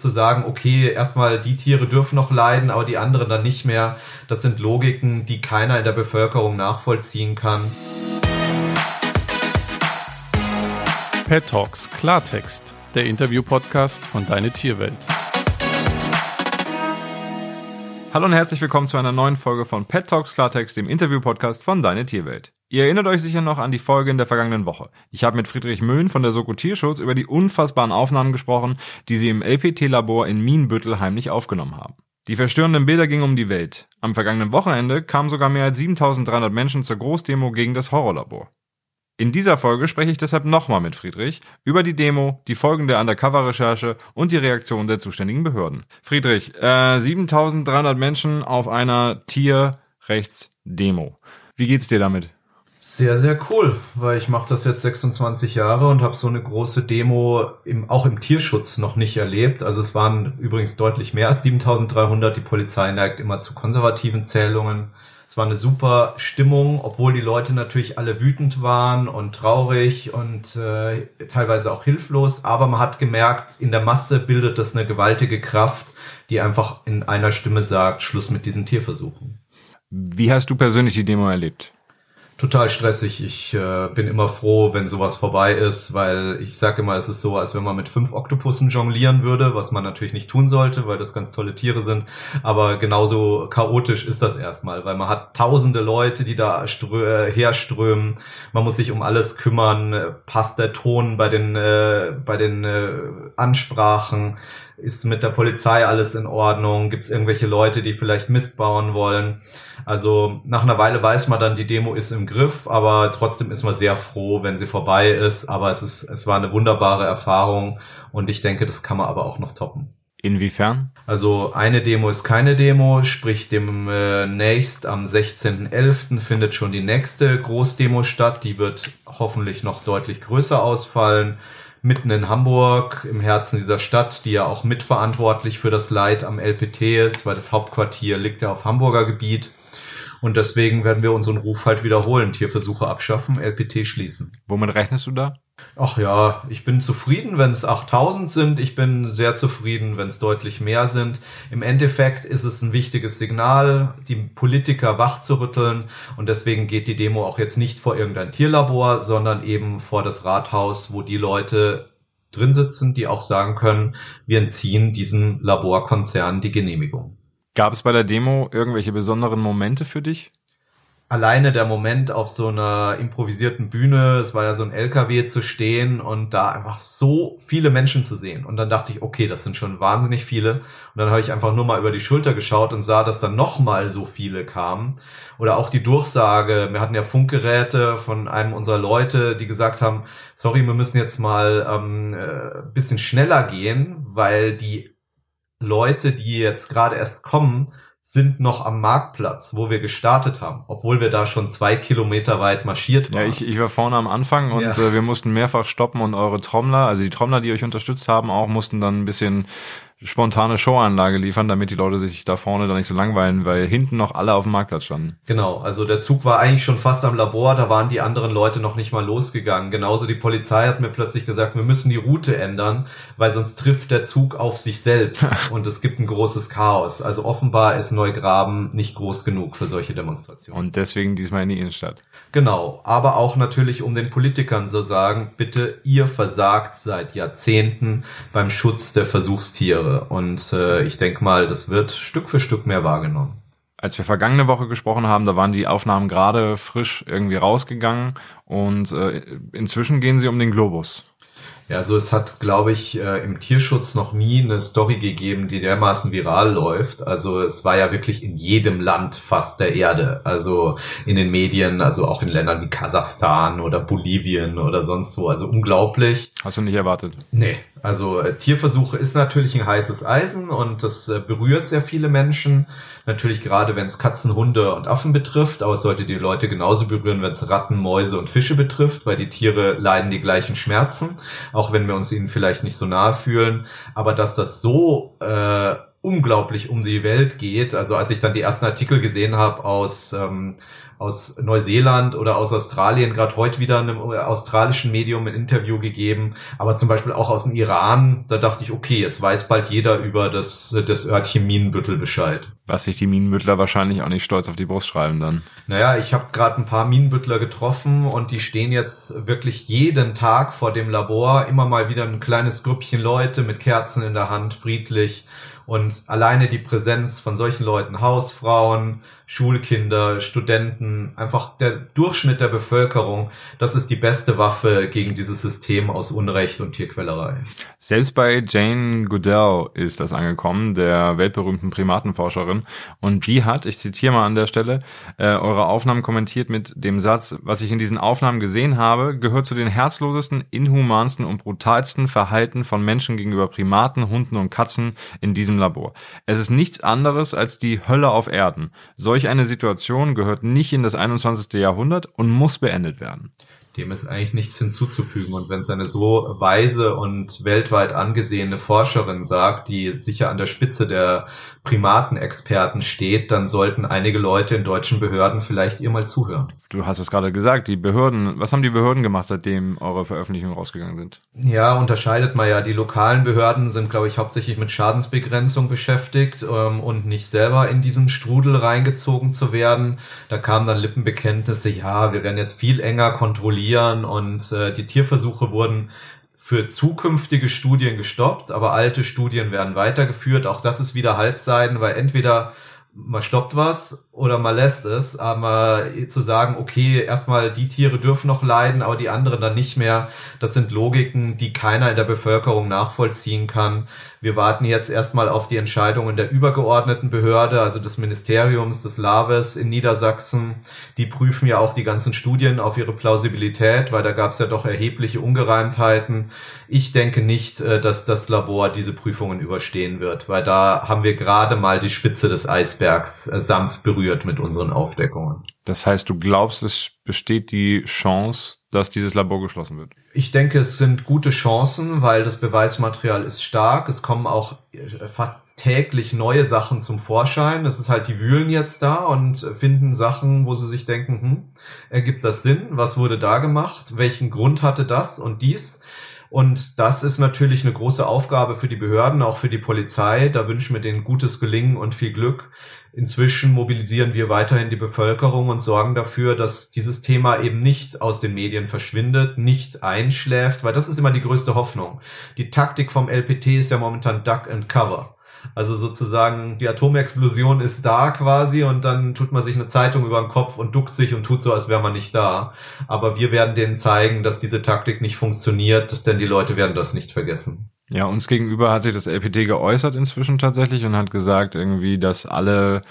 Zu sagen, okay, erstmal die Tiere dürfen noch leiden, aber die anderen dann nicht mehr. Das sind Logiken, die keiner in der Bevölkerung nachvollziehen kann. Pet Talks Klartext, der Interview-Podcast von Deine Tierwelt. Hallo und herzlich willkommen zu einer neuen Folge von Pet Talks Klartext, dem Interview-Podcast von Deine Tierwelt. Ihr erinnert euch sicher noch an die Folge in der vergangenen Woche. Ich habe mit Friedrich Möhn von der Soko Tierschutz über die unfassbaren Aufnahmen gesprochen, die sie im LPT-Labor in Mienbüttel heimlich aufgenommen haben. Die verstörenden Bilder gingen um die Welt. Am vergangenen Wochenende kamen sogar mehr als 7.300 Menschen zur Großdemo gegen das Horrorlabor. In dieser Folge spreche ich deshalb nochmal mit Friedrich über die Demo, die Folgen der Undercover-Recherche und die Reaktion der zuständigen Behörden. Friedrich, 7.300 Menschen auf einer Tierrechtsdemo. Wie geht's dir damit? Sehr, sehr cool, weil ich mache das jetzt 26 Jahre und habe so eine große Demo auch im Tierschutz noch nicht erlebt. Also es waren übrigens deutlich mehr als 7.300. Die Polizei neigt immer zu konservativen Zählungen. Es war eine super Stimmung, obwohl die Leute natürlich alle wütend waren und traurig und teilweise auch hilflos. Aber man hat gemerkt, in der Masse bildet das eine gewaltige Kraft, die einfach in einer Stimme sagt, Schluss mit diesen Tierversuchen. Wie hast du persönlich die Demo erlebt? Total stressig. Ich bin immer froh, wenn sowas vorbei ist, weil ich sage immer, es ist so, als wenn man mit 5 Oktopussen jonglieren würde, was man natürlich nicht tun sollte, weil das ganz tolle Tiere sind. Aber genauso chaotisch ist das erstmal, weil man hat tausende Leute, die da herströmen. Man muss sich um alles kümmern. Passt der Ton bei den Ansprachen? Ist mit der Polizei alles in Ordnung? Gibt es irgendwelche Leute, die vielleicht Mist bauen wollen? Also nach einer Weile weiß man dann, die Demo ist im Griff, aber trotzdem ist man sehr froh, wenn sie vorbei ist. Aber es war eine wunderbare Erfahrung und ich denke, das kann man aber auch noch toppen. Inwiefern? Also eine Demo ist keine Demo, sprich demnächst am 16.11. findet schon die nächste Großdemo statt. Die wird hoffentlich noch deutlich größer ausfallen. Mitten in Hamburg, im Herzen dieser Stadt, die ja auch mitverantwortlich für das Leid am LPT ist, weil das Hauptquartier liegt ja auf Hamburger Gebiet. Und deswegen werden wir unseren Ruf halt wiederholen. Tierversuche abschaffen, LPT schließen. Womit rechnest du da? Ach ja, ich bin zufrieden, wenn es 8.000 sind. Ich bin sehr zufrieden, wenn es deutlich mehr sind. Im Endeffekt ist es ein wichtiges Signal, die Politiker wachzurütteln. Und deswegen geht die Demo auch jetzt nicht vor irgendein Tierlabor, sondern eben vor das Rathaus, wo die Leute drin sitzen, die auch sagen können, wir entziehen diesem Laborkonzern die Genehmigung. Gab es bei der Demo irgendwelche besonderen Momente für dich? Alleine der Moment auf so einer improvisierten Bühne, es war ja so ein LKW zu stehen und da einfach so viele Menschen zu sehen. Und dann dachte ich, okay, das sind schon wahnsinnig viele. Und dann habe ich einfach nur mal über die Schulter geschaut und sah, dass dann nochmal so viele kamen. Oder auch die Durchsage, wir hatten ja Funkgeräte von einem unserer Leute, die gesagt haben, sorry, wir müssen jetzt mal ein bisschen schneller gehen, weil die Leute, die jetzt gerade erst kommen, sind noch am Marktplatz, wo wir gestartet haben, obwohl wir da schon 2 Kilometer weit marschiert waren. Ja, ich war vorne am Anfang und wir mussten mehrfach stoppen und eure Trommler, also die Trommler, die euch unterstützt haben, auch mussten dann ein bisschen spontane Showanlage liefern, damit die Leute sich da vorne dann nicht so langweilen, weil hinten noch alle auf dem Marktplatz standen. Genau, also der Zug war eigentlich schon fast am Labor, da waren die anderen Leute noch nicht mal losgegangen. Genauso die Polizei hat mir plötzlich gesagt, wir müssen die Route ändern, weil sonst trifft der Zug auf sich selbst und es gibt ein großes Chaos. Also offenbar ist Neugraben nicht groß genug für solche Demonstrationen. Und deswegen diesmal in die Innenstadt. Genau, aber auch natürlich, um den Politikern zu sagen, bitte, ihr versagt seit Jahrzehnten beim Schutz der Versuchstiere. Und ich denke mal, das wird Stück für Stück mehr wahrgenommen. Als wir vergangene Woche gesprochen haben, da waren die Aufnahmen gerade frisch irgendwie rausgegangen und inzwischen gehen sie um den Globus. Ja, also es hat, glaube ich, im Tierschutz noch nie eine Story gegeben, die dermaßen viral läuft. Also es war ja wirklich in jedem Land fast der Erde. Also in den Medien, also auch in Ländern wie Kasachstan oder Bolivien oder sonst wo. Also unglaublich. Hast du nicht erwartet? Nee, also Tierversuche ist natürlich ein heißes Eisen und das berührt sehr viele Menschen. Natürlich gerade, wenn es Katzen, Hunde und Affen betrifft, aber es sollte die Leute genauso berühren, wenn es Ratten, Mäuse und Fische betrifft, weil die Tiere leiden die gleichen Schmerzen, auch wenn wir uns ihnen vielleicht nicht so nahe fühlen. Aber dass das so unglaublich um die Welt geht. Also als ich dann die ersten Artikel gesehen habe aus Neuseeland oder aus Australien, gerade heute wieder einem australischen Medium ein Interview gegeben, aber zum Beispiel auch aus dem Iran, da dachte ich, okay, jetzt weiß bald jeder über das Örtchen Minenbüttel Bescheid. Was sich die Minenbüttler wahrscheinlich auch nicht stolz auf die Brust schreiben dann. Naja, ich habe gerade ein paar Minenbüttler getroffen und die stehen jetzt wirklich jeden Tag vor dem Labor, immer mal wieder ein kleines Grüppchen Leute mit Kerzen in der Hand, friedlich. Und alleine die Präsenz von solchen Leuten, Hausfrauen, Schulkinder, Studenten, einfach der Durchschnitt der Bevölkerung, das ist die beste Waffe gegen dieses System aus Unrecht und Tierquälerei. Selbst bei Jane Goodall ist das angekommen, der weltberühmten Primatenforscherin. Und die hat, ich zitiere mal an der Stelle, eure Aufnahmen kommentiert mit dem Satz: Was ich in diesen Aufnahmen gesehen habe, gehört zu den herzlosesten, inhumansten und brutalsten Verhalten von Menschen gegenüber Primaten, Hunden und Katzen in diesem Labor. Es ist nichts anderes als die Hölle auf Erden. Solch eine Situation gehört nicht in das 21. Jahrhundert und muss beendet werden. Dem ist eigentlich nichts hinzuzufügen. Und wenn es eine so weise und weltweit angesehene Forscherin sagt, die sicher an der Spitze der Primatenexperten steht, dann sollten einige Leute in deutschen Behörden vielleicht ihr mal zuhören. Du hast es gerade gesagt, die Behörden, was haben die Behörden gemacht, seitdem eure Veröffentlichungen rausgegangen sind? Ja, unterscheidet man ja. Die lokalen Behörden sind, glaube ich, hauptsächlich mit Schadensbegrenzung beschäftigt und nicht selber in diesen Strudel reingezogen zu werden. Da kamen dann Lippenbekenntnisse, ja, wir werden jetzt viel enger kontrollieren und die Tierversuche wurden für zukünftige Studien gestoppt, aber alte Studien werden weitergeführt. Auch das ist wieder Halbseiten, weil entweder man stoppt was oder man lässt es, aber zu sagen, okay, erstmal die Tiere dürfen noch leiden, aber die anderen dann nicht mehr, das sind Logiken, die keiner in der Bevölkerung nachvollziehen kann. Wir warten jetzt erstmal auf die Entscheidungen der übergeordneten Behörde, also des Ministeriums, des LAVES in Niedersachsen. Die prüfen ja auch die ganzen Studien auf ihre Plausibilität, weil da gab es ja doch erhebliche Ungereimtheiten. Ich denke nicht, dass das Labor diese Prüfungen überstehen wird, weil da haben wir gerade mal die Spitze des Eisbergs sanft berührt mit unseren Aufdeckungen. Das heißt, du glaubst, es besteht die Chance, dass dieses Labor geschlossen wird? Ich denke, es sind gute Chancen, weil das Beweismaterial ist stark. Es kommen auch fast täglich neue Sachen zum Vorschein. Es ist halt, die wühlen jetzt da und finden Sachen, wo sie sich denken, ergibt das Sinn? Was wurde da gemacht? Welchen Grund hatte das und dies? Und das ist natürlich eine große Aufgabe für die Behörden, auch für die Polizei. Da wünschen wir denen gutes Gelingen und viel Glück. Inzwischen mobilisieren wir weiterhin die Bevölkerung und sorgen dafür, dass dieses Thema eben nicht aus den Medien verschwindet, nicht einschläft, weil das ist immer die größte Hoffnung. Die Taktik vom LPT ist ja momentan Duck and Cover. Also sozusagen, die Atomexplosion ist da quasi und dann tut man sich eine Zeitung über den Kopf und duckt sich und tut so, als wäre man nicht da. Aber wir werden denen zeigen, dass diese Taktik nicht funktioniert, denn die Leute werden das nicht vergessen. Ja, uns gegenüber hat sich das LPT geäußert inzwischen tatsächlich und hat gesagt irgendwie, dass alle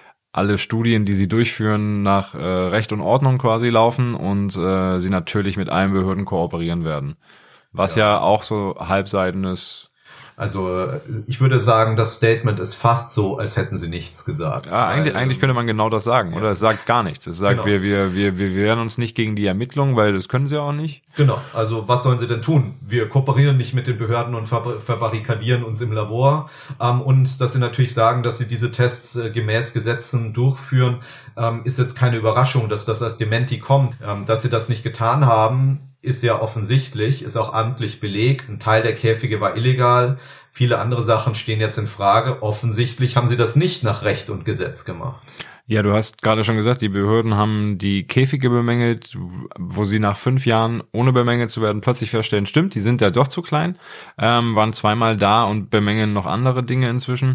Studien, die sie durchführen, nach Recht und Ordnung quasi laufen und sie natürlich mit allen Behörden kooperieren werden. Was ja auch so halbseitenes. Also ich würde sagen, das Statement ist fast so, als hätten sie nichts gesagt. Ja, eigentlich könnte man genau das sagen, oder? Es sagt gar nichts. Es sagt, genau. wir wehren uns nicht gegen die Ermittlungen, weil das können sie auch nicht. Genau, also was sollen sie denn tun? Wir kooperieren nicht mit den Behörden und verbarrikadieren uns im Labor. Und dass sie natürlich sagen, dass sie diese Tests gemäß Gesetzen durchführen, ist jetzt keine Überraschung, dass das als Dementi kommt. Dass sie das nicht getan haben, ist ja offensichtlich, ist auch amtlich belegt. Ein Teil der Käfige war illegal. Viele andere Sachen stehen jetzt in Frage. Offensichtlich haben sie das nicht nach Recht und Gesetz gemacht. Ja, du hast gerade schon gesagt, die Behörden haben die Käfige bemängelt, wo sie nach 5 Jahren, ohne bemängelt zu werden, plötzlich feststellen, stimmt, die sind ja doch zu klein, waren zweimal da und bemängeln noch andere Dinge inzwischen.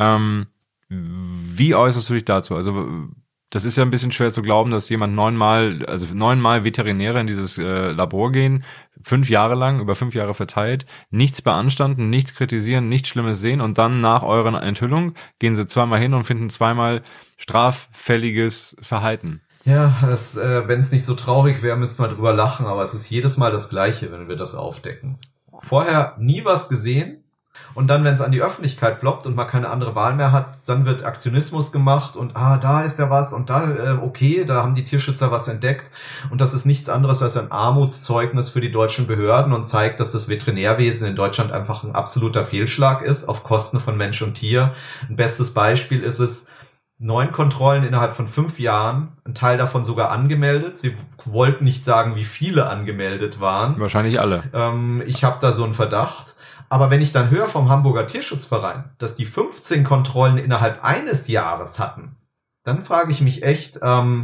Wie äußerst du dich dazu? Also das ist ja ein bisschen schwer zu glauben, dass jemand 9 Mal Veterinäre in dieses Labor gehen, 5 Jahre lang, über 5 Jahre verteilt, nichts beanstanden, nichts kritisieren, nichts Schlimmes sehen und dann nach eurer Enthüllung gehen sie zweimal hin und finden zweimal straffälliges Verhalten. Ja, wenn es nicht so traurig wäre, müsste man drüber lachen, aber es ist jedes Mal das Gleiche, wenn wir das aufdecken. Vorher nie was gesehen Und dann, wenn es an die Öffentlichkeit ploppt und man keine andere Wahl mehr hat, dann wird Aktionismus gemacht und da ist ja was und da, okay, da haben die Tierschützer was entdeckt. Und das ist nichts anderes als ein Armutszeugnis für die deutschen Behörden und zeigt, dass das Veterinärwesen in Deutschland einfach ein absoluter Fehlschlag ist, auf Kosten von Mensch und Tier. Ein bestes Beispiel ist es, 9 Kontrollen innerhalb von 5 Jahren, ein Teil davon sogar angemeldet. Sie wollten nicht sagen, wie viele angemeldet waren. Wahrscheinlich alle. Ich habe da so einen Verdacht. Aber wenn ich dann höre vom Hamburger Tierschutzverein, dass die 15 Kontrollen innerhalb eines Jahres hatten, dann frage ich mich echt,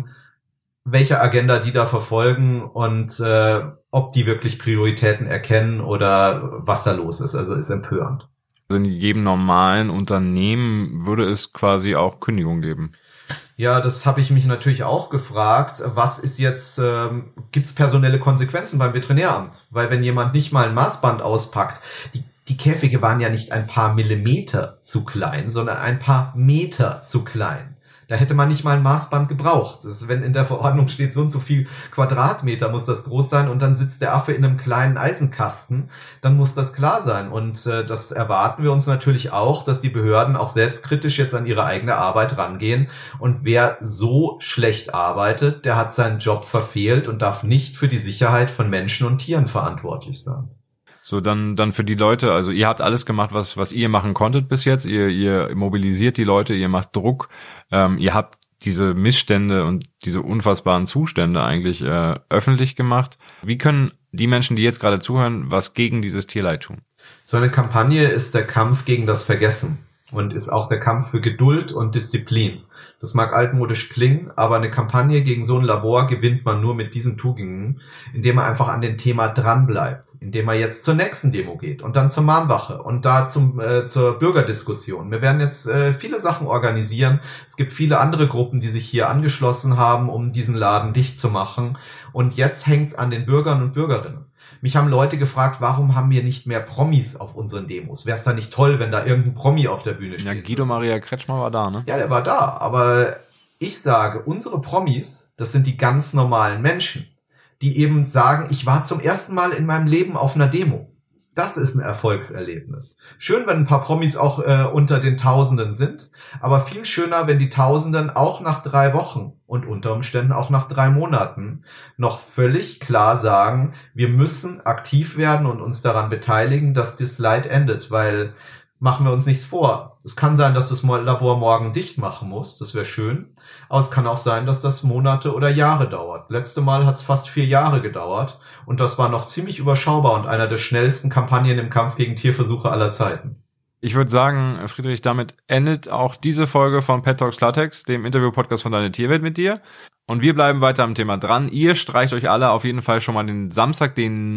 welche Agenda die da verfolgen und ob die wirklich Prioritäten erkennen oder was da los ist. Also ist empörend. Also in jedem normalen Unternehmen würde es quasi auch Kündigung geben. Ja, das habe ich mich natürlich auch gefragt. Was ist jetzt, gibt's personelle Konsequenzen beim Veterinäramt? Weil wenn jemand nicht mal ein Maßband auspackt, die Käfige waren ja nicht ein paar Millimeter zu klein, sondern ein paar Meter zu klein. Da hätte man nicht mal ein Maßband gebraucht. Das ist, wenn in der Verordnung steht, so und so viel Quadratmeter muss das groß sein und dann sitzt der Affe in einem kleinen Eisenkasten, dann muss das klar sein. Und das erwarten wir uns natürlich auch, dass die Behörden auch selbstkritisch jetzt an ihre eigene Arbeit rangehen. Und wer so schlecht arbeitet, der hat seinen Job verfehlt und darf nicht für die Sicherheit von Menschen und Tieren verantwortlich sein. So, dann für die Leute, also ihr habt alles gemacht, was ihr machen konntet bis jetzt. Ihr mobilisiert die Leute, ihr macht Druck, ihr habt diese Missstände und diese unfassbaren Zustände eigentlich öffentlich gemacht. Wie können die Menschen, die jetzt gerade zuhören, was gegen dieses Tierleid tun? So eine Kampagne ist der Kampf gegen das Vergessen und ist auch der Kampf für Geduld und Disziplin. Das mag altmodisch klingen, aber eine Kampagne gegen so ein Labor gewinnt man nur mit diesen Tugenden, indem man einfach an dem Thema dranbleibt, indem man jetzt zur nächsten Demo geht und dann zur Mahnwache und da zur Bürgerdiskussion. Wir werden jetzt viele Sachen organisieren. Es gibt viele andere Gruppen, die sich hier angeschlossen haben, um diesen Laden dicht zu machen. Und jetzt hängt's an den Bürgern und Bürgerinnen. Mich haben Leute gefragt, warum haben wir nicht mehr Promis auf unseren Demos? Wäre es da nicht toll, wenn da irgendein Promi auf der Bühne steht? Ja, Guido Maria Kretschmer war da, ne? Ja, der war da. Aber ich sage, unsere Promis, das sind die ganz normalen Menschen, die eben sagen, ich war zum ersten Mal in meinem Leben auf einer Demo. Das ist ein Erfolgserlebnis. Schön, wenn ein paar Promis auch unter den Tausenden sind, aber viel schöner, wenn die Tausenden auch nach 3 Wochen und unter Umständen auch nach 3 Monaten noch völlig klar sagen, wir müssen aktiv werden und uns daran beteiligen, dass das Leid endet, weil machen wir uns nichts vor. Es kann sein, dass das Labor morgen dicht machen muss, das wäre schön, aber es kann auch sein, dass das Monate oder Jahre dauert. Letzte Mal hat es fast 4 Jahre gedauert und das war noch ziemlich überschaubar und einer der schnellsten Kampagnen im Kampf gegen Tierversuche aller Zeiten. Ich würde sagen, Friedrich, damit endet auch diese Folge von Pet Talks Klartext, dem Interview-Podcast von Deine Tierwelt mit dir. Und wir bleiben weiter am Thema dran. Ihr streicht euch alle auf jeden Fall schon mal den Samstag, den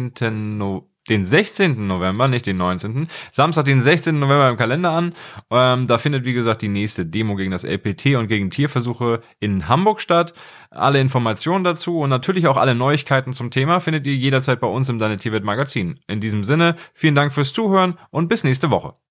16. November, nicht den 19. Samstag, den 16. November im Kalender an. Da findet, wie gesagt, die nächste Demo gegen das LPT und gegen Tierversuche in Hamburg statt. Alle Informationen dazu und natürlich auch alle Neuigkeiten zum Thema findet ihr jederzeit bei uns im Deine Tierwelt Magazin. In diesem Sinne, vielen Dank fürs Zuhören und bis nächste Woche.